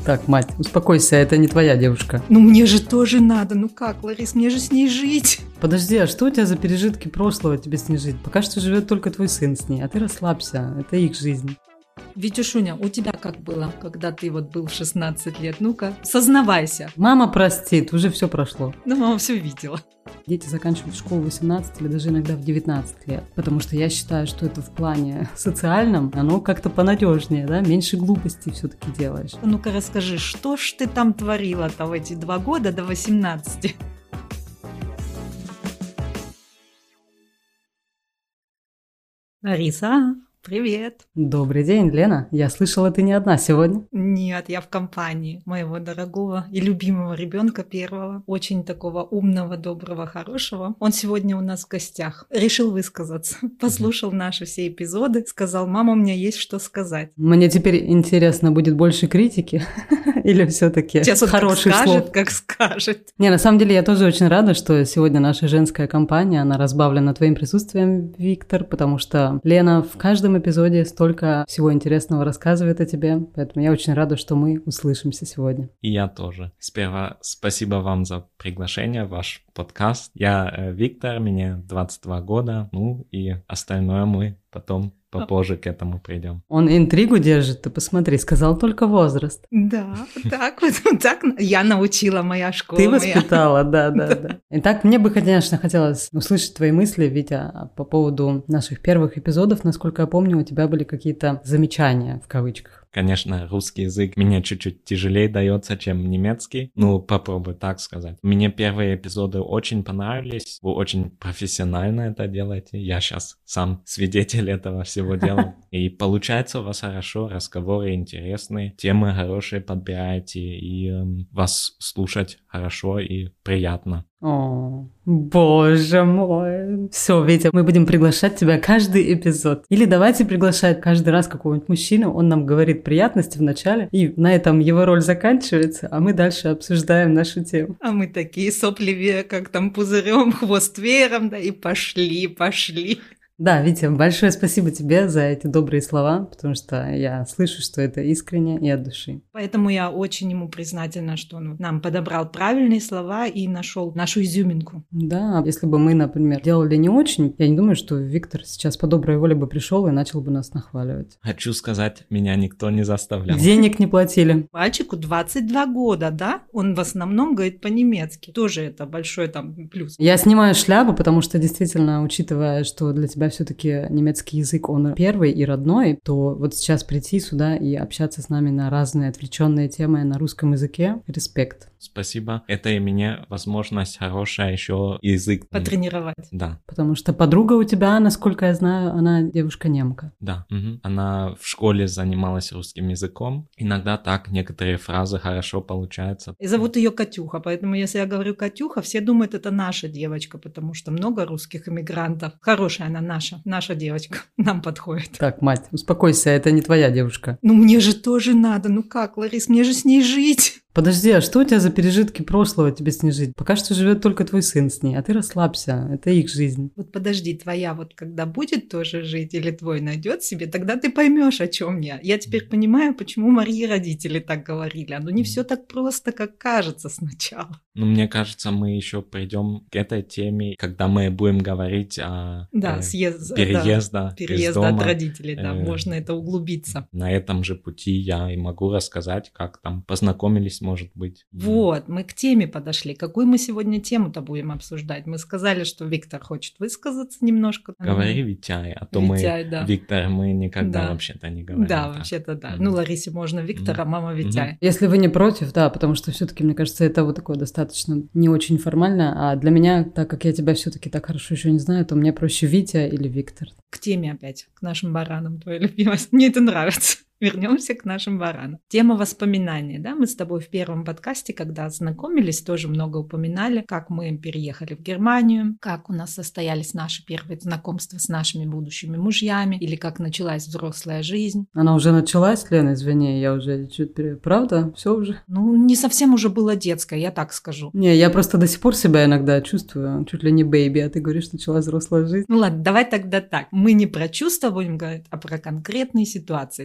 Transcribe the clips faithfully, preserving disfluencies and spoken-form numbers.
Так, мать, успокойся, это не твоя девушка. Ну мне же тоже надо, ну как, Ларис, мне же с ней жить. Подожди, а что у тебя за пережитки прошлого тебе с ней жить? Пока что живет только твой сын с ней, а ты расслабься, это их жизнь. Витюшуня, у тебя как было, когда ты вот был в шестнадцать лет? Ну-ка, сознавайся. Мама простит, уже все прошло. Ну, мама все видела. Дети заканчивают школу в восемнадцать или даже иногда в девятнадцать лет. Потому что я считаю, что это в плане социальном, оно как-то понадежнее, да? Меньше глупостей все-таки делаешь. Ну-ка расскажи, что ж ты там творила-то в эти два года до восемнадцати? Лариса, привет. Добрый день, Лена. Я слышала, ты не одна сегодня. Нет, я в компании моего дорогого и любимого ребенка первого, очень такого умного, доброго, хорошего. Он сегодня у нас в гостях. Решил высказаться. Послушал наши все эпизоды, сказал: мама, у меня есть что сказать. Мне теперь интересно, будет больше критики или все-таки хороших как слов? скажет, как скажет. Не, на самом деле я тоже очень рада, что сегодня наша женская компания, она разбавлена твоим присутствием, Виктор, потому что Лена в каждом эпизоде столько всего интересного рассказывает о тебе, поэтому я очень рада, что мы услышимся сегодня. И я тоже. Сперва спасибо вам за приглашение в ваш подкаст. Я э, Виктор, мне двадцать два года, ну и остальное мы потом попозже к этому придем. Он интригу держит, ты посмотри, сказал только возраст. Да, так вот, вот так я научила, моя школа. Ты моя. воспитала, да, да, да. Итак, мне бы, конечно, хотелось услышать твои мысли, Витя, по поводу наших первых эпизодов. Насколько я помню, у тебя были какие-то замечания, в кавычках. Конечно, русский язык мне чуть-чуть тяжелее дается, чем немецкий. Ну, попробуй так сказать. Мне первые эпизоды очень понравились. Вы очень профессионально это делаете. Я сейчас сам свидетель этого всего дела. И получается у вас хорошо, разговоры интересные, темы хорошие подбираете, и эм, вас слушать хорошо и приятно. О, боже мой. Все, Витя, мы будем приглашать тебя каждый эпизод. Или давайте приглашать каждый раз какого-нибудь мужчину, он нам говорит приятности в начале, и на этом его роль заканчивается, а мы дальше обсуждаем нашу тему. А мы такие сопливее, как там пузырем, хвост веером, да, и пошли, пошли. Да, Витя, большое спасибо тебе за эти добрые слова, потому что я слышу, что это искренне и от души. Поэтому я очень ему признательна, что он нам подобрал правильные слова и нашел нашу изюминку. Да, если бы мы, например, делали не очень, я не думаю, что Виктор сейчас по доброй воле бы пришел и начал бы нас нахваливать. Хочу сказать, меня никто не заставлял. Денег не платили. Мальчику двадцать два года, да? Он в основном говорит по-немецки. Тоже это большой там плюс. Я снимаю шляпу, потому что действительно, учитывая, что для тебя все-таки немецкий язык, он первый и родной, то вот сейчас прийти сюда и общаться с нами на разные отвлеченные темы на русском языке, респект. Спасибо. Это и мне возможность хорошая еще язык потренировать. Да. Потому что подруга у тебя, насколько я знаю, она девушка-немка. Да. Угу. Она в школе занималась русским языком. Иногда так некоторые фразы хорошо получаются. И зовут ее Катюха, поэтому если я говорю Катюха, все думают, это наша девочка, потому что много русских иммигрантов. Хорошая она наша, наша девочка, нам подходит. Так, мать, успокойся, это не твоя девушка. Ну мне же тоже надо, ну как, Ларис, мне же с ней жить. Подожди, а что у тебя за пережитки прошлого тебе с ней жить? Пока что живет только твой сын с ней, а ты расслабься, это их жизнь. Вот подожди, твоя вот когда будет тоже жить или твой найдет себе, тогда ты поймешь, о чем я. Я теперь понимаю, почему Марии родители так говорили. Оно не все так просто, как кажется сначала. Ну, мне кажется, мы еще придем к этой теме, когда мы будем говорить о да, э, съезд, переезда, да, переезда из дома. от родителей, да, Э, можно это углубиться. На этом же пути я и могу рассказать, как там познакомились, может быть. Вот, мы к теме подошли. Какую мы сегодня тему-то будем обсуждать? Мы сказали, что Виктор хочет высказаться немножко. Говори, Витяй, а то Витяй, мы, да. Виктор, мы никогда да. вообще-то не говорим. Да, так. вообще-то да. Mm-hmm. Ну, Ларисе можно Виктор, mm-hmm. а мама Витяй. Mm-hmm. Если вы не против, да, потому что все-таки, мне кажется, это вот такое достаточно не очень формально, а для меня, так как я тебя все-таки так хорошо еще не знаю, то мне проще Витя или Виктор. К теме опять, к нашим баранам, твоя любимая. Мне это нравится. Вернемся к нашим баранам. Тема воспоминаний, да, мы с тобой в первом подкасте, когда знакомились, тоже много упоминали, как мы переехали в Германию, как у нас состоялись наши первые знакомства с нашими будущими мужьями, или как началась взрослая жизнь. Она уже началась, Лена, извини, я уже чуть пере... Правда? Все уже? Ну, не совсем уже было детское, я так скажу. Не, я просто до сих пор себя иногда чувствую, чуть ли не бэйби, а ты говоришь, что началась взрослая жизнь. Ну ладно, давай тогда так. Мы не про чувства будем говорить, а про конкретные ситуации. Вот съехали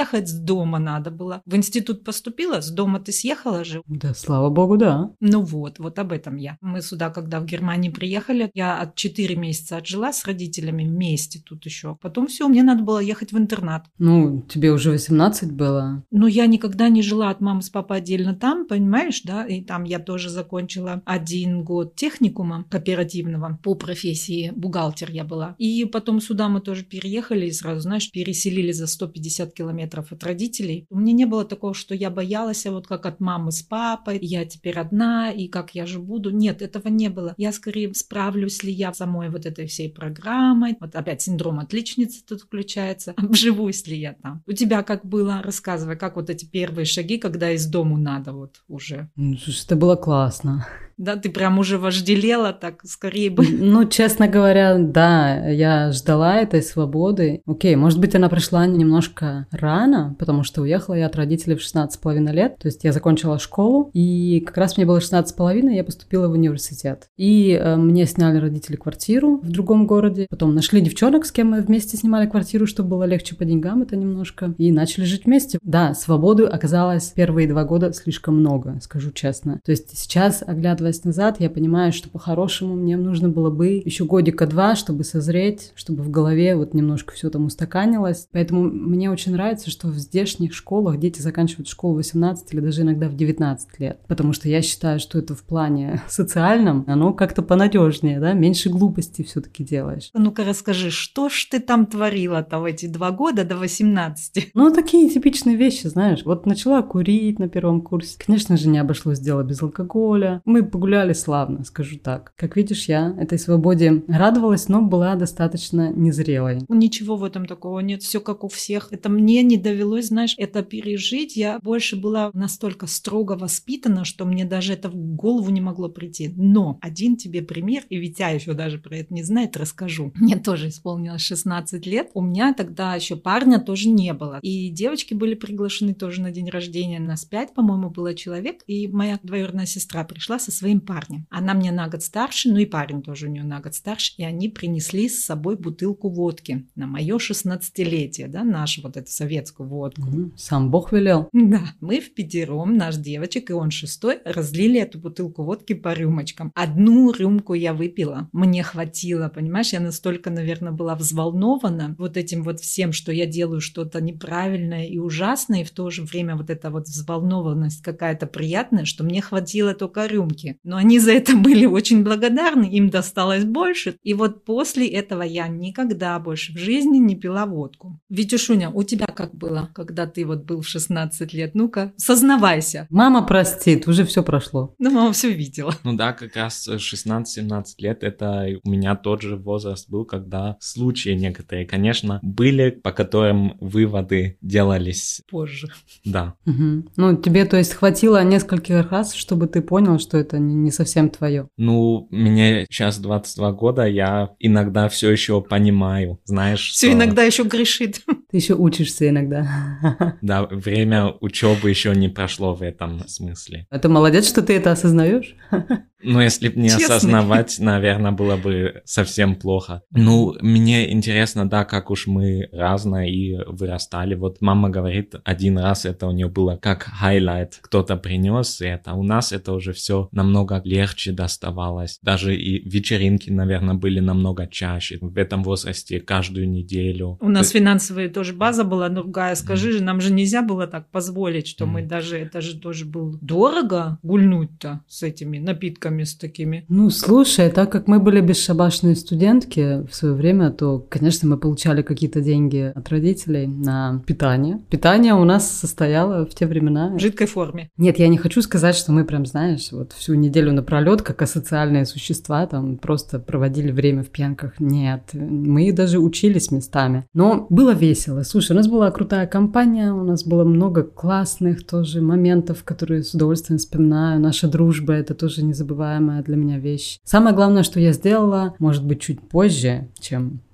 съехать с дома надо было. В институт поступила, с дома ты съехала же? Да, слава богу, да. Ну вот, вот об этом я. Мы сюда, когда в Германии приехали, я от четыре месяца отжила с родителями вместе тут еще. Потом все, мне надо было ехать в интернат. Ну, тебе уже восемнадцать было. Но я никогда не жила от мамы с папой отдельно там, понимаешь, да? И там я тоже закончила один год техникума кооперативного по профессии бухгалтер я была. И потом сюда мы тоже переехали и сразу, знаешь, переселили за сто пятьдесят километров от родителей. У меня не было такого, что я боялась, вот как от мамы с папой, я теперь одна, и как я же буду. Нет, этого не было. Я скорее справлюсь ли я самой вот этой всей программой. Вот опять синдром отличницы тут включается. Обживусь ли я там? У тебя как было? Рассказывай, как вот эти первые шаги, когда из дому надо вот уже. Ну, слушай, это было классно. Да, ты прям уже вожделела так, скорее бы. Ну, честно говоря, да, я ждала этой свободы. Окей, может быть, она пришла немножко рано, потому что уехала я от родителей в шестнадцать с половиной лет. То есть я закончила школу, и как раз мне было шестнадцать с половиной, я поступила в университет. И э, мне сняли родители квартиру в другом городе. Потом нашли девчонок, с кем мы вместе снимали квартиру, чтобы было легче по деньгам это немножко. И начали жить вместе. Да, свободы оказалось первые два года слишком много, скажу честно. То есть сейчас, оглядываясь назад, я понимаю, что по-хорошему мне нужно было бы еще годика два, чтобы созреть, чтобы в голове вот немножко все там устаканилось. Поэтому мне очень нравится, что в здешних школах дети заканчивают школу в восемнадцать или даже иногда в девятнадцать лет. Потому что я считаю, что это в плане социальном, оно как-то понадежнее, да, меньше глупостей все-таки делаешь. Ну-ка расскажи, что ж ты там творила-то в эти два года до восемнадцати? Ну, такие типичные вещи, знаешь. Вот начала курить на первом курсе. Конечно же, не обошлось дело без алкоголя. Мы погуляли славно, скажу так. Как видишь, я этой свободе радовалась, но была достаточно незрелой. Ничего в этом такого нет, все как у всех. Это мне не довелось, знаешь, это пережить. Я больше была настолько строго воспитана, что мне даже это в голову не могло прийти. Но один тебе пример, и Витя еще даже про это не знает, расскажу. Мне тоже исполнилось шестнадцать лет. У меня тогда еще парня тоже не было. И девочки были приглашены тоже на день рождения. Нас пять, по-моему, было человек. И моя двоюродная сестра пришла со своим парнем. Она мне на год старше, ну и парень тоже у нее на год старше. И они принесли с собой бутылку водки на мое шестнадцатилетие, да, нашу вот эту советскую водку. Угу. Сам Бог велел. Да, мы в пятером, наш девочек и он шестой, разлили эту бутылку водки по рюмочкам. Одну рюмку я выпила, мне хватило, понимаешь, я настолько, наверное, была взволнована вот этим вот всем, что я делаю что-то неправильное и ужасное, и в то же время вот эта вот взволнованность какая-то приятная, что мне хватило только рюмки. Но они за это были очень благодарны, им досталось больше. И вот после этого я никогда больше в жизни не пила водку. Витюшуня, у тебя как было, когда ты вот был в шестнадцать лет? Ну-ка, сознавайся. Мама простит, уже все прошло. Ну, мама все видела. Ну да, как раз шестнадцать-семнадцать лет, это у меня тот же возраст был, когда случаи некоторые, конечно, были, по которым выводы делались позже. Да. Угу. Ну, тебе, то есть, хватило нескольких раз, чтобы ты понял, что это не, не совсем твое. Ну, мне сейчас двадцать два года, я иногда все еще понимаю, знаешь. Все что... иногда еще грешит. Ты еще учишься иногда. Да, время учебы еще не прошло в этом смысле. Это молодец, что ты это осознаешь. Ну, если бы не Честно. осознавать, наверное, было бы совсем плохо. Ну, мне интересно, да, как уж мы разно и вырастали. Вот мама говорит, один раз это у нее было как хайлайт. Кто-то принес это. У нас это уже все намного легче доставалось. Даже и вечеринки, наверное, были намного чаще. В этом возрасте каждую неделю. У нас финансовая тоже база была другая. Скажи же, нам же нельзя было так позволить, что мы даже, это же тоже было дорого гульнуть-то с этими напитками. С такими. Ну, слушай, так как мы были бесшабашные студентки в свое время, то, конечно, мы получали какие-то деньги от родителей на питание. Питание у нас состояло в те времена... В жидкой форме. Нет, я не хочу сказать, что мы прям, знаешь, вот всю неделю напролет, как асоциальные существа, там просто проводили время в пьянках. Нет, мы даже учились местами. Но было весело. Слушай, у нас была крутая компания, у нас было много классных тоже моментов, которые с удовольствием вспоминаю. Наша дружба — это тоже незабываемая для меня вещь. Самое главное, что я сделала, может быть, чуть позже, чем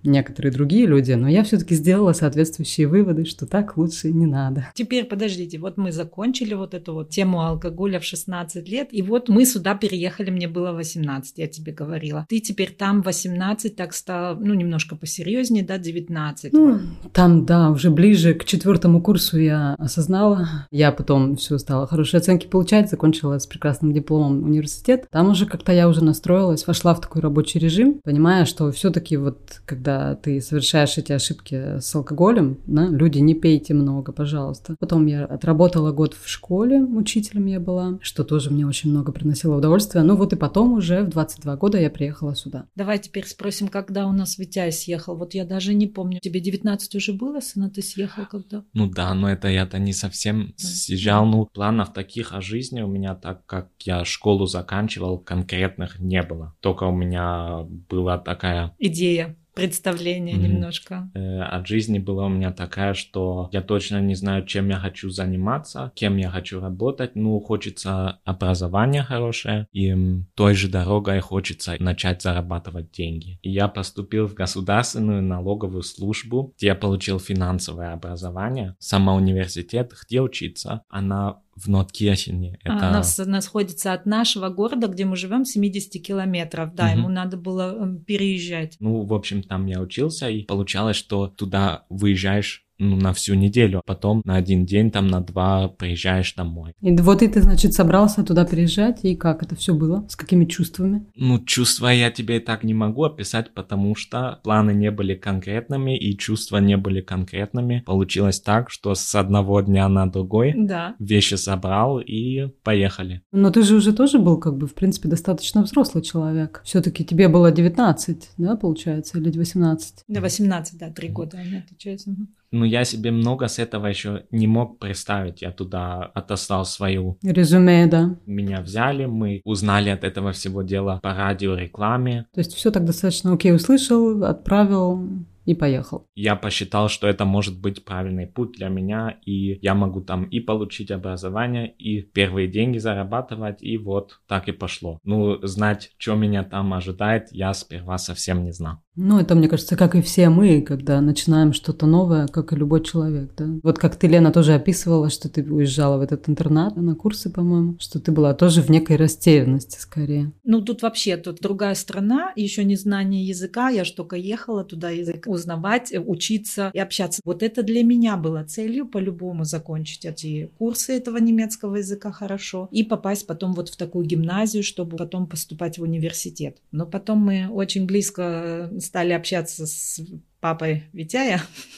некоторые другие люди, но я все-таки сделала соответствующие выводы, что так лучше не надо. Теперь подождите, вот мы закончили вот эту вот тему алкоголя в шестнадцать лет, и вот мы сюда переехали, мне было восемнадцать, я тебе говорила. Ты теперь там восемнадцать, так стало, ну, немножко посерьезнее, да, девятнадцать. Ну, там, да, уже ближе к четвертому курсу я осознала. Я потом все стала хорошие оценки получать, закончила с прекрасным дипломом университет. Там уже как-то я уже настроилась, вошла в такой рабочий режим, понимая, что все-таки вот когда ты совершаешь эти ошибки с алкоголем, да, люди, не пейте много, пожалуйста. Потом я отработала год в школе, учителем я была, что тоже мне очень много приносило удовольствия. Ну вот и потом уже в двадцать два года я приехала сюда. Давай теперь спросим, когда у нас Витя съехал. Вот я даже не помню. Тебе девятнадцать уже было, сына, ты съехал когда? Ну да, но это я-то не совсем съезжал. Ну, планов таких о жизни у меня, так как я школу заканчивал, конкретных не было. Только у меня была такая... идея. Представление mm-hmm. немножко. Э, от жизни была у меня такая, что я точно не знаю, чем я хочу заниматься, кем я хочу работать. Ну, хочется образование хорошее, и той же дорогой хочется начать зарабатывать деньги. И я поступил в государственную налоговую службу, где я получил финансовое образование. Сама университет, где учиться, она в Ноткирхене. Это... А, она, она сходится от нашего города, где мы живем, семьдесят километров. Да, угу. Ему надо было переезжать. Ну, в общем, там я учился, и получалось, что туда выезжаешь ну, на всю неделю, потом на один день, там на два приезжаешь домой. И вот и ты, значит, собрался туда переезжать, и как это все было? С какими чувствами? Ну, чувства я тебе так не могу описать, потому что планы не были конкретными, и чувства не были конкретными. Получилось так, что с одного дня на другой да. вещи собрал и поехали. Но ты же уже тоже был, как бы, в принципе, достаточно взрослый человек. Все-таки тебе было девятнадцать, да, получается, или восемнадцать? Да, восемнадцать, да, три года, они отличаются. Ну, я себе много с этого еще не мог представить. Я туда отослал свою... резюме, да. Меня взяли, мы узнали от этого всего дела по радиорекламе. То есть все так достаточно окей услышал, отправил... и поехал. Я посчитал, что это может быть правильный путь для меня, и я могу там и получить образование, и первые деньги зарабатывать, и вот так и пошло. Ну, знать, что меня там ожидает, я сперва совсем не знал. Ну, это, мне кажется, как и все мы, когда начинаем что-то новое, как и любой человек, да. Вот как ты, Лена, тоже описывала, что ты уезжала в этот интернат на курсы, по-моему, что ты была тоже в некой растерянности скорее. Ну, тут вообще, тут другая страна, еще не знание языка, я ж только ехала туда язык узнавать, учиться и общаться. Вот это для меня было целью по-любому закончить эти курсы этого немецкого языка хорошо и попасть потом вот в такую гимназию, чтобы потом поступать в университет. Но потом мы очень близко стали общаться с папой Витяя,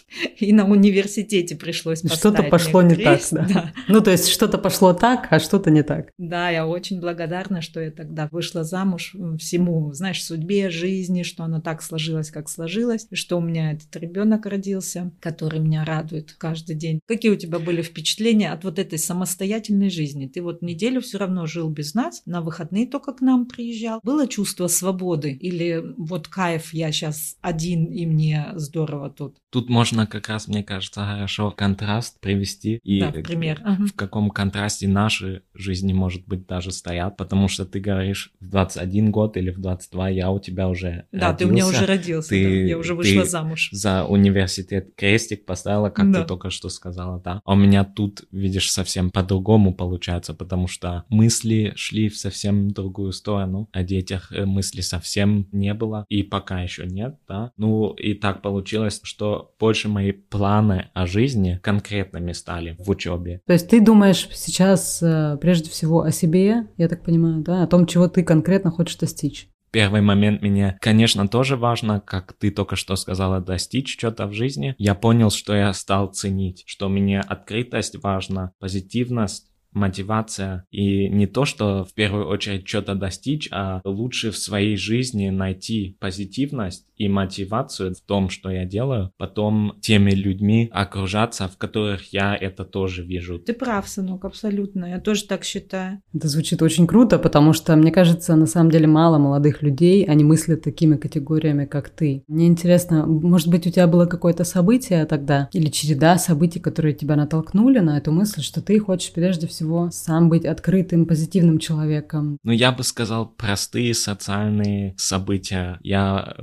и на университете пришлось поставить. Что-то пошло не так, да. да. Ну, то есть что-то пошло так, а что-то не так. Да, я очень благодарна, что я тогда вышла замуж всему, знаешь, судьбе, жизни, что оно так сложилось, как сложилось, что у меня этот ребенок родился, который меня радует каждый день. Какие у тебя были впечатления от вот этой самостоятельной жизни? Ты вот неделю все равно жил без нас, на выходные только к нам приезжал. Было чувство свободы или вот кайф, я сейчас один и мне здорово тут? Тут можно как раз, мне кажется, хорошо контраст привести. И да, пример. В каком контрасте наши жизни, может быть, даже стоят, потому что ты говоришь в двадцать один год или в двадцать два я у тебя уже да, родился. ты у меня уже родился, ты, да, я уже вышла ты замуж. За университет крестик поставила, как да. ты только что сказала, да. А у меня тут, видишь, совсем по-другому получается, потому что мысли шли в совсем другую сторону, о детях мысли совсем не было, и пока еще нет, да. Ну, и так получилось, что больше мои планы о жизни конкретными стали в учебе. То есть ты думаешь сейчас прежде всего о себе, я так понимаю, да, о том, чего ты конкретно хочешь достичь? Первый момент мне, конечно, тоже важно, как ты только что сказала, достичь что-то в жизни. Я понял, что я стал ценить, что мне открытость важна, позитивность, мотивация, и не то, что в первую очередь что-то достичь, а лучше в своей жизни найти позитивность и мотивацию в том, что я делаю, потом теми людьми окружаться, в которых я это тоже вижу. Ты прав, сынок, абсолютно, я тоже так считаю. Это звучит очень круто, потому что, мне кажется, на самом деле мало молодых людей, они мыслят такими категориями, как ты. Мне интересно, может быть, у тебя было какое-то событие тогда, или череда событий, которые тебя натолкнули на эту мысль, что ты хочешь прежде всего сам быть открытым, позитивным человеком? Ну, я бы сказал, простые социальные события. Я приехал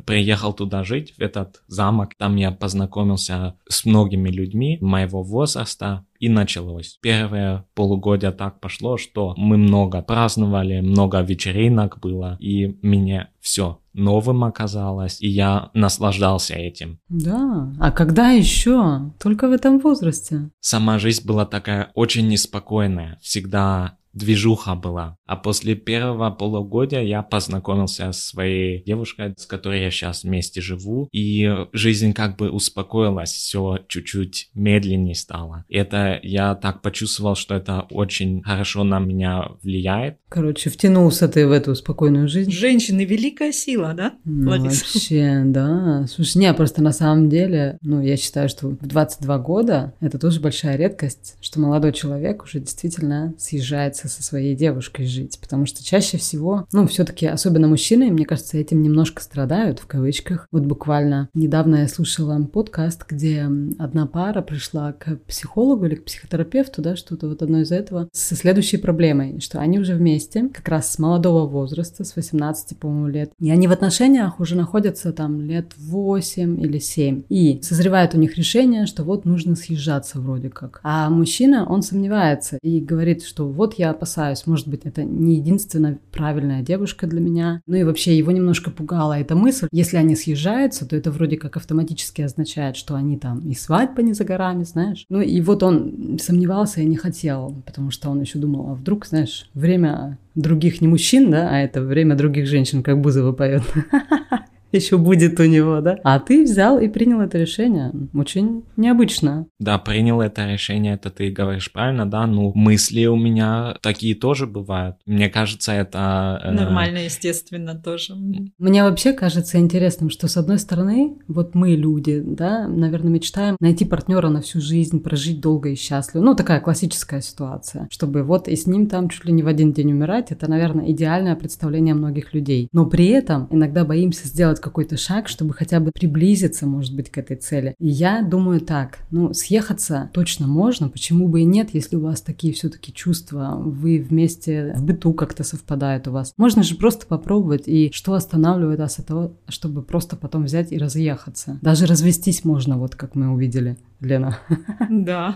приехал туда жить, в этот замок. Там я познакомился с многими людьми моего возраста. И началось. Первое полугодие так пошло, что мы много праздновали, много вечеринок было, и мне все новым оказалось, и я наслаждался этим. Да, а когда еще? Только в этом возрасте. Сама жизнь была такая очень неспокойная, всегда движуха была. А после первого полугодия я познакомился с своей девушкой, с которой я сейчас вместе живу, и жизнь как бы успокоилась, все чуть-чуть медленнее стало. И это я так почувствовал, что это очень хорошо на меня влияет. Короче, втянулся ты в эту спокойную жизнь. Женщины — великая сила, да, Ну, Лариса? вообще, да. Слушай, не, просто на самом деле, ну, я считаю, что в двадцать два года это тоже большая редкость, что молодой человек уже действительно съезжается со своей девушкой жить, потому что чаще всего, ну, все-таки, особенно мужчины, мне кажется, этим немножко страдают, в кавычках. Вот буквально недавно я слушала подкаст, где одна пара пришла к психологу или к психотерапевту, да, что-то вот одно из этого, со следующей проблемой, что они уже вместе, как раз с молодого возраста, с восемнадцати, по-моему, лет, и они в отношениях уже находятся там лет восемь или семь, и созревает у них решение, что вот нужно съезжаться вроде как. А мужчина, он сомневается и говорит, что вот я опасаюсь, может быть, это не единственная правильная девушка для меня. Ну и вообще его немножко пугала эта мысль. Если они съезжаются, то это вроде как автоматически означает, что они там и свадьба не за горами, знаешь. Ну и вот он сомневался и не хотел, потому что он еще думал, а вдруг, знаешь, время других не мужчин, да, а это время других женщин, как Бузова поет. Еще будет у него, да? А ты взял и принял это решение. Очень необычно. Да, принял это решение, это ты говоришь правильно, да? Ну, мысли у меня такие тоже бывают. Мне кажется, это... Э... Нормально, естественно, тоже. Мне вообще кажется интересным, что, с одной стороны, вот мы, люди, да, наверное, мечтаем найти партнера на всю жизнь, прожить долго и счастливо. Ну, такая классическая ситуация. Чтобы вот и с ним там чуть ли не в один день умирать, это, наверное, идеальное представление многих людей. Но при этом иногда боимся сделать какой-то шаг, чтобы хотя бы приблизиться, может быть, к этой цели. И я думаю так, ну, съехаться точно можно, почему бы и нет, если у вас такие все-таки чувства, вы вместе в быту как-то совпадают у вас. Можно же просто попробовать, и что останавливает вас от того, чтобы просто потом взять и разъехаться. Даже развестись можно, вот как мы увидели, Лена. Да,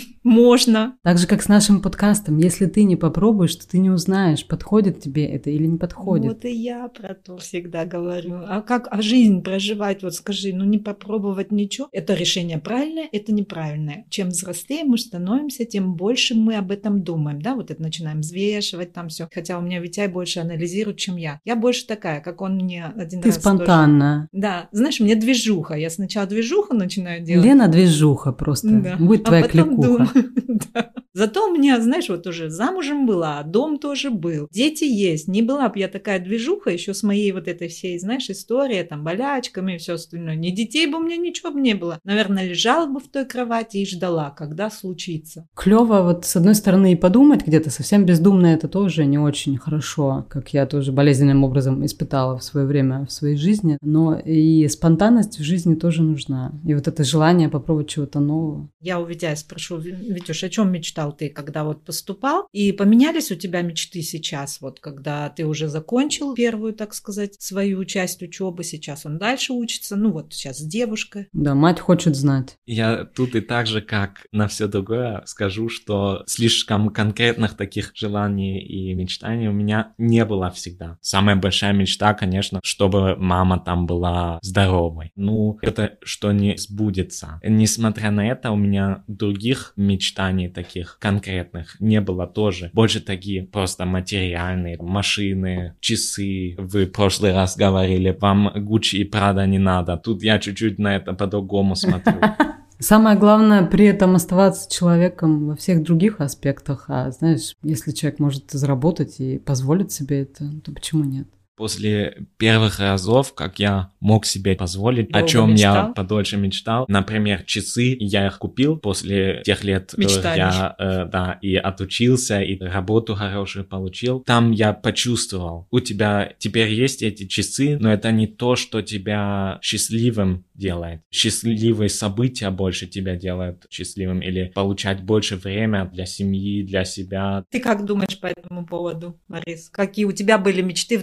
можно. Так же, как с нашим подкастом. Если ты не попробуешь, то ты не узнаешь, подходит тебе это или не подходит. Вот и я про то всегда говорю. А как а жизнь проживать? Вот скажи, ну не попробовать ничего. Это решение правильное, это неправильное. Чем взрослее мы становимся, тем больше мы об этом думаем. Да, вот это начинаем взвешивать там все. Хотя у меня Витяй больше анализирует, чем я. Я больше такая, как он мне один ты раз спонтанно. Тоже... Да, знаешь, мне движуха. Я сначала движуху начинаю делать. Лена движуха просто. Да. Будет твоя а потом кликуха. Да. Зато у меня, знаешь, вот уже замужем была, дом тоже был, дети есть. Не была бы я такая движуха еще с моей вот этой всей, знаешь, историей, там, болячками и все остальное. Ни детей бы у меня ничего бы не было. Наверное, лежала бы в той кровати и ждала, когда случится. Клево вот с одной стороны и подумать где-то, совсем бездумно это тоже не очень хорошо, как я тоже болезненным образом испытала в свое время в своей жизни. Но и спонтанность в жизни тоже нужна. И вот это желание попробовать чего-то нового. Я у Витя спрошу, Витюш, о чем мечтал ты, когда вот поступал? И поменялись у тебя мечты сейчас, вот когда ты уже закончил первую, так сказать, свою часть учебы, сейчас он дальше учится, ну вот сейчас с девушкой. Да, мать хочет знать. Я тут и так же, как на все другое, скажу, что слишком конкретных таких желаний и мечтаний у меня не было всегда. Самая большая мечта, конечно, чтобы мама там была здоровой. Ну, это что не сбудется. Несмотря на это, у меня других мечтаний таких конкретных не было тоже. Больше такие просто материальные. Машины, часы. Вы в прошлый раз говорили, вам Гуччи и Прада не надо. Тут я чуть-чуть на это по-другому смотрю. Самое главное при этом оставаться человеком во всех других аспектах. А знаешь, если человек может заработать и позволит себе это, то почему нет? После первых разов, как я мог себе позволить, Долго о чем мечтал? я подольше мечтал, например, часы, я их купил после тех лет, Мечтаний. я э, да, и отучился, и работу хорошую получил. Там я почувствовал, у тебя теперь есть эти часы, но это не то, что тебя счастливым делает. Счастливые события больше тебя делают счастливым, или получать больше времени для семьи, для себя. Ты как думаешь по этому поводу, Марис? Какие у тебя были мечты в двадцать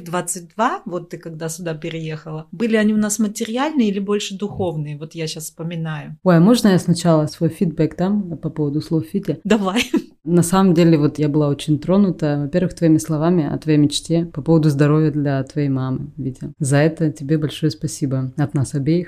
двадцать два, вот ты когда сюда переехала, были они у нас материальные или больше духовные? Вот я сейчас вспоминаю. Ой, а можно я сначала свой фидбэк там по поводу слов Фити? Давай. На самом деле, вот я была очень тронута, во-первых, твоими словами о твоей мечте по поводу здоровья для твоей мамы, Витя. За это тебе большое спасибо от нас обеих.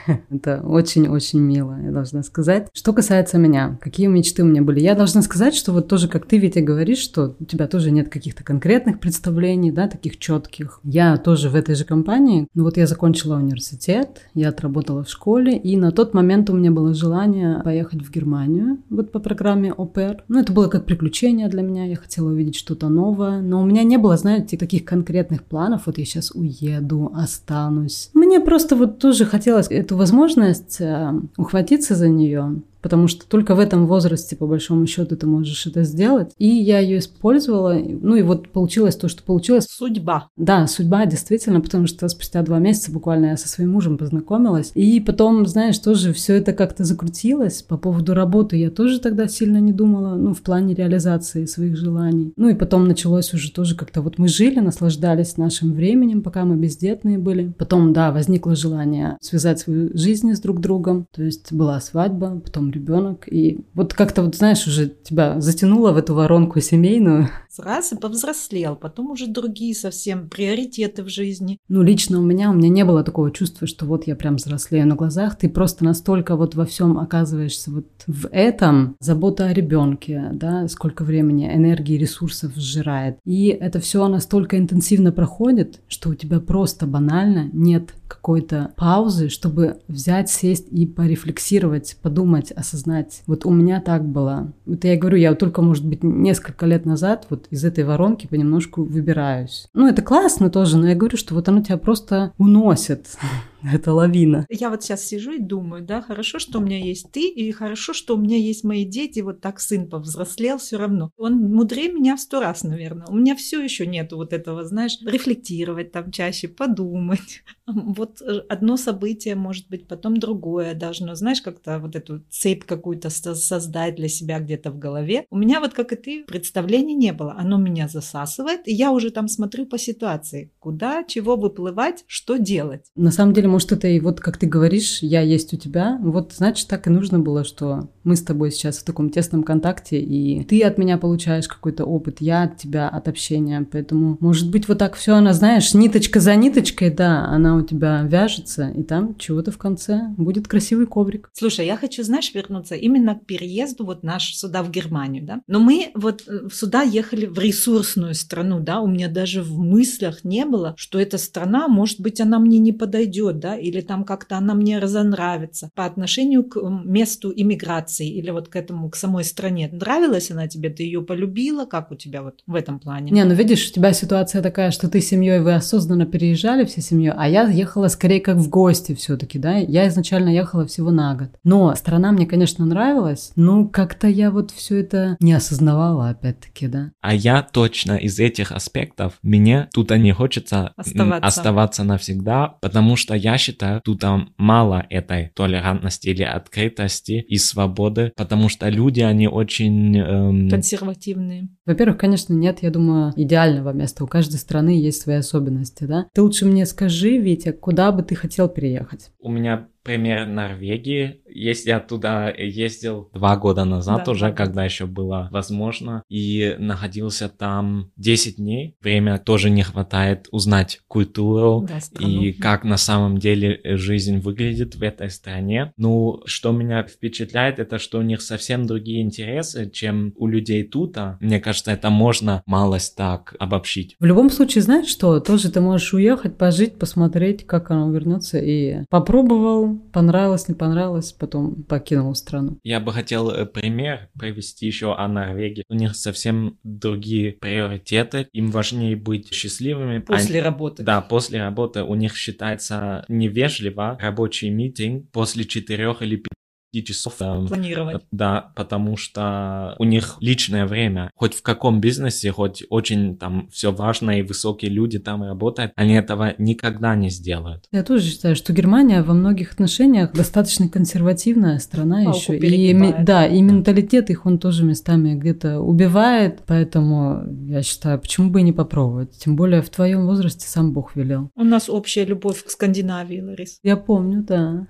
Это очень-очень мило, я должна сказать. Что касается меня, какие мечты у меня были? Я должна сказать, что вот тоже, как ты, Витя, говоришь, что у тебя тоже нет каких-то конкретных представлений, да, таких четких. Я тоже в этой же компании. Ну вот я закончила университет, я отработала в школе, и на тот момент у меня было желание поехать в Германию, вот по программе Au pair. Ну, это было как приключение для меня, я хотела увидеть что-то новое, но у меня не было, знаете, таких конкретных планов, вот я сейчас уеду, останусь. Мне просто вот тоже хотелось эту возможность э, ухватиться за нее, потому что только в этом возрасте, по большому счету, ты можешь это сделать. И я ее использовала, ну и вот получилось то, что получилось. Судьба. Да, судьба, действительно, потому что спустя два месяца буквально я со своим мужем познакомилась. И потом, знаешь, тоже все это как-то закрутилось. По поводу работы я тоже тогда сильно не думала, ну, в плане реализации своих желаний. Ну и потом началось уже тоже как-то вот мы жили, наслаждались нашим временем, пока мы бездетные были. Потом, да, возникло желание связать свою жизнь с друг другом. То есть была свадьба, потом ребенок, и вот как-то вот, знаешь, уже тебя затянуло в эту воронку семейную. Раз и повзрослел, потом уже другие совсем приоритеты в жизни. Ну, лично у меня, у меня не было такого чувства, что вот я прям взрослею на глазах, ты просто настолько вот во всем оказываешься вот в этом, забота о ребенке, да, сколько времени, энергии, ресурсов сжирает, и это все настолько интенсивно проходит, что у тебя просто банально нет какой-то паузы, чтобы взять, сесть и порефлексировать, подумать, осознать. Вот у меня так было. Вот я говорю, я вот только, может быть, несколько лет назад вот из этой воронки понемножку выбираюсь. Ну, это классно тоже, но я говорю, что вот оно тебя просто уносит. Это лавина. Я вот сейчас сижу и думаю, да, хорошо, что у меня есть ты, и хорошо, что у меня есть мои дети, вот так сын повзрослел все равно. Он мудрее меня в сто раз, наверное. У меня все еще нету вот этого, знаешь, рефлектировать там чаще, подумать. Вот одно событие, может быть, потом другое должно, знаешь, как-то вот эту цепь какую-то создать для себя где-то в голове. У меня вот, как и ты, представлений не было. Оно меня засасывает, и я уже там смотрю по ситуации, куда, чего выплывать, что делать. На самом деле, может, это и вот, как ты говоришь, я есть у тебя. Вот, значит, так и нужно было, что мы с тобой сейчас в таком тесном контакте, и ты от меня получаешь какой-то опыт, я от тебя от общения. Поэтому, может быть, вот так все, она, знаешь, ниточка за ниточкой, да, она у тебя вяжется, и там чего-то в конце будет красивый коврик. Слушай, я хочу, знаешь, вернуться именно к переезду вот наш сюда в Германию, да. Но мы вот сюда ехали в ресурсную страну, да, у меня даже в мыслях не было, что эта страна, может быть, она мне не подойдет, да, или там как-то она мне разонравится по отношению к месту иммиграции или вот к этому, к самой стране. Нравилась она тебе? Ты ее полюбила? Как у тебя вот в этом плане? Не, ну видишь, у тебя ситуация такая, что ты с семьей, вы осознанно переезжали всей семьей, а я ехала скорее как в гости все-таки, да. Я изначально ехала всего на год. Но страна мне, конечно, нравилась, но как-то я вот все это не осознавала, опять-таки, да. А я точно из этих аспектов, мне тут не хочется оставаться, оставаться навсегда, потому что я считаю, тут мало этой толерантности или открытости и свободы, потому что люди, они очень... Эм... консервативные. Во-первых, конечно, нет, я думаю, идеального места. У каждой страны есть свои особенности, да? Ты лучше мне скажи, Витя, куда бы ты хотел переехать? У меня пример Норвегии. Если я туда ездил два года назад да, уже, да. когда еще было возможно, и находился там десять дней. Время тоже не хватает узнать культуру да, и как на самом деле жизнь выглядит в этой стране. Ну, что меня впечатляет, это что у них совсем другие интересы, чем у людей тут. Мне кажется, это можно малость так обобщить. В любом случае, знаешь что? Тоже ты можешь уехать, пожить, посмотреть, как оно вернется, и попробовал, понравилось, не понравилось, потом покинул страну. Я бы хотел пример привести еще о Норвегии. У них совсем другие приоритеты. Им важнее быть счастливыми. После а... работы. Да, после работы у них считается невежливо рабочий митинг после четырех или пяти часов. Там, планировать. Да, потому что у них личное время. Хоть в каком бизнесе, хоть очень там все важно и высокие люди там работают, они этого никогда не сделают. Я тоже считаю, что Германия во многих отношениях достаточно консервативная страна Палку еще. И, перегибает. да, и менталитет их он тоже местами где-то убивает, поэтому я считаю, почему бы и не попробовать. Тем более в твоем возрасте сам Бог велел. У нас общая любовь к Скандинавии, Ларис. Я помню, да.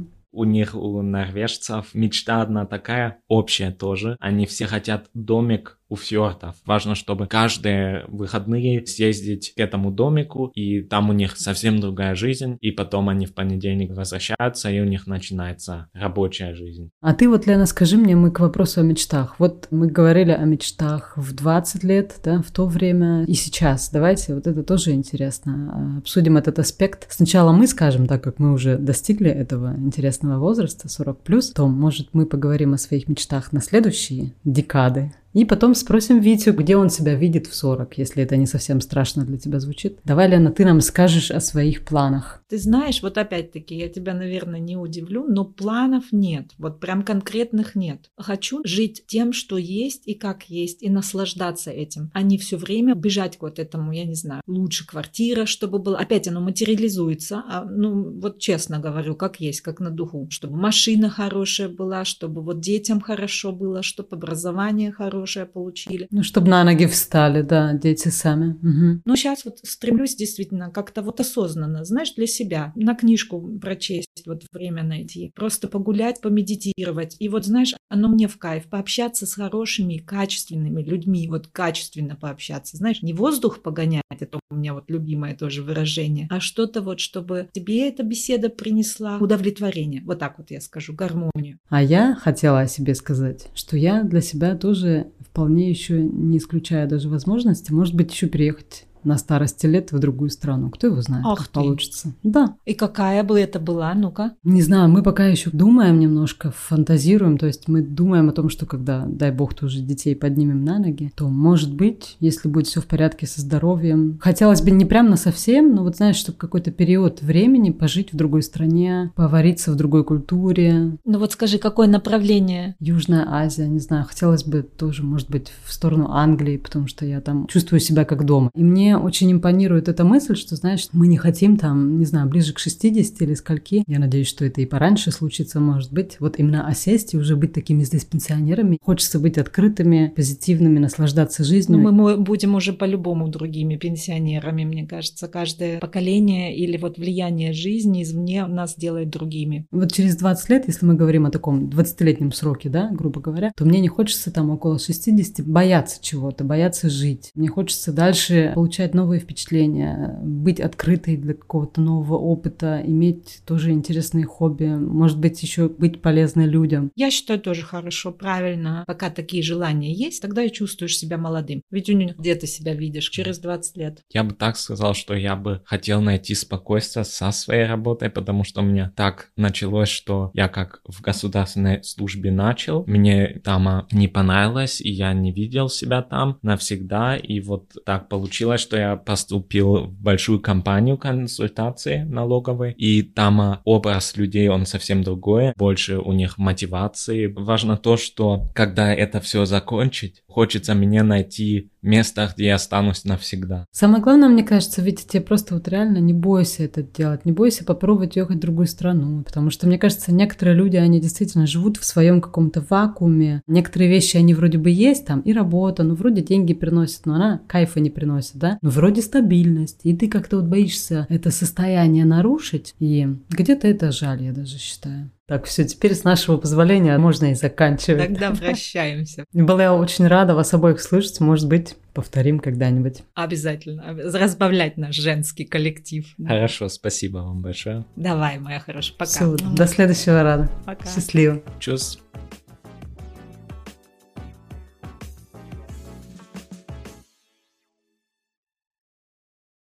У них, у норвежцев, мечта одна такая, общая тоже. Они все хотят домик у фьордов. Важно, чтобы каждые выходные съездить к этому домику, и там у них совсем другая жизнь, и потом они в понедельник возвращаются, и у них начинается рабочая жизнь. А ты вот, Лена, скажи мне, мы к вопросу о мечтах. Вот мы говорили о мечтах в двадцать лет, да, в то время и сейчас. Давайте, вот это тоже интересно. Обсудим этот аспект. Сначала мы скажем, так как мы уже достигли этого интересного возраста, сорок плюс, то, может, мы поговорим о своих мечтах на следующие декады. И потом спросим Витю, где он себя видит в сорок, если это не совсем страшно для тебя звучит. Давай, Лена, ты нам скажешь о своих планах. Ты знаешь, вот опять-таки, я тебя, наверное, не удивлю, но планов нет, вот прям конкретных нет. Хочу жить тем, что есть и как есть, и наслаждаться этим, а не все время бежать к вот этому, я не знаю, лучше квартира, чтобы было. Опять оно материализуется, а, ну вот честно говорю, как есть, как на духу, чтобы машина хорошая была, чтобы вот детям хорошо было, чтобы образование хорошее получили. Ну, чтобы на ноги встали, да, дети сами. Угу. Но сейчас вот стремлюсь действительно как-то вот осознанно, знаешь, для себя, на книжку прочесть, вот время найти, просто погулять, помедитировать. И вот, знаешь, оно мне в кайф, пообщаться с хорошими, качественными людьми, вот качественно пообщаться, знаешь, не воздух погонять, это у меня вот любимое тоже выражение, а что-то вот, чтобы тебе эта беседа принесла удовлетворение, вот так вот я скажу, гармонию. А я хотела о себе сказать, что я для себя тоже вполне еще не исключая даже возможности, может быть, еще переехать на старости лет в другую страну. Кто его знает, Ах как ты. получится. Да. И какая бы это была, ну-ка? Не знаю, мы пока еще думаем немножко, фантазируем, то есть мы думаем о том, что когда, дай бог, тоже детей поднимем на ноги, то, может быть, если будет все в порядке со здоровьем, хотелось бы не прям на совсем, но вот, знаешь, чтобы какой-то период времени пожить в другой стране, повариться в другой культуре. Ну вот скажи, какое направление? Южная Азия, не знаю, хотелось бы тоже, может быть, в сторону Англии, потому что я там чувствую себя как дома. И мне очень импонирует эта мысль, что, знаешь, мы не хотим там, не знаю, ближе к шестидесяти или скольки. Я надеюсь, что это и пораньше случится, может быть. Вот именно осесть и уже быть такими здесь пенсионерами. Хочется быть открытыми, позитивными, наслаждаться жизнью. Ну, мы будем уже по-любому другими пенсионерами, мне кажется. Каждое поколение или вот влияние жизни извне нас делает другими. Вот через двадцать лет, если мы говорим о таком двадцатилетнем сроке, да, грубо говоря, то мне не хочется там около шестидесяти бояться чего-то, бояться жить. Мне хочется дальше получать новые впечатления, быть открытой для какого-то нового опыта, иметь тоже интересные хобби, может быть, еще быть полезной людям. Я считаю, тоже хорошо, правильно. Пока такие желания есть, тогда и чувствуешь себя молодым. Ведь у них где ты себя видишь через двадцать лет? Я бы так сказал, что я бы хотел найти спокойствие со своей работой, потому что у меня так началось, что я как в государственной службе начал, мне там не понравилось, и я не видел себя там навсегда, и вот так получилось, что я поступил в большую компанию консультации налоговой, и там образ людей, он совсем другой, больше у них мотивации. Важно то, что когда это все закончить, хочется мне найти место, где я останусь навсегда. Самое главное, мне кажется, ведь тебе просто вот реально не бойся это делать, не бойся попробовать уехать в другую страну, потому что, мне кажется, некоторые люди, они действительно живут в своем каком-то вакууме, некоторые вещи, они вроде бы есть там, и работа, ну, вроде деньги приносят, но она кайфа не приносит, да, ну, вроде стабильность, и ты как-то вот боишься это состояние нарушить, и где-то это жаль, я даже считаю. Так, все, теперь с нашего позволения можно и заканчивать. Тогда прощаемся. Была я очень рада вас обоих слышать, может быть, повторим когда-нибудь. Обязательно. Разбавлять наш женский коллектив. Хорошо, спасибо вам большое. Давай, моя хорошая, пока. Все, до следующего раза. Пока. Счастливо. Чувств.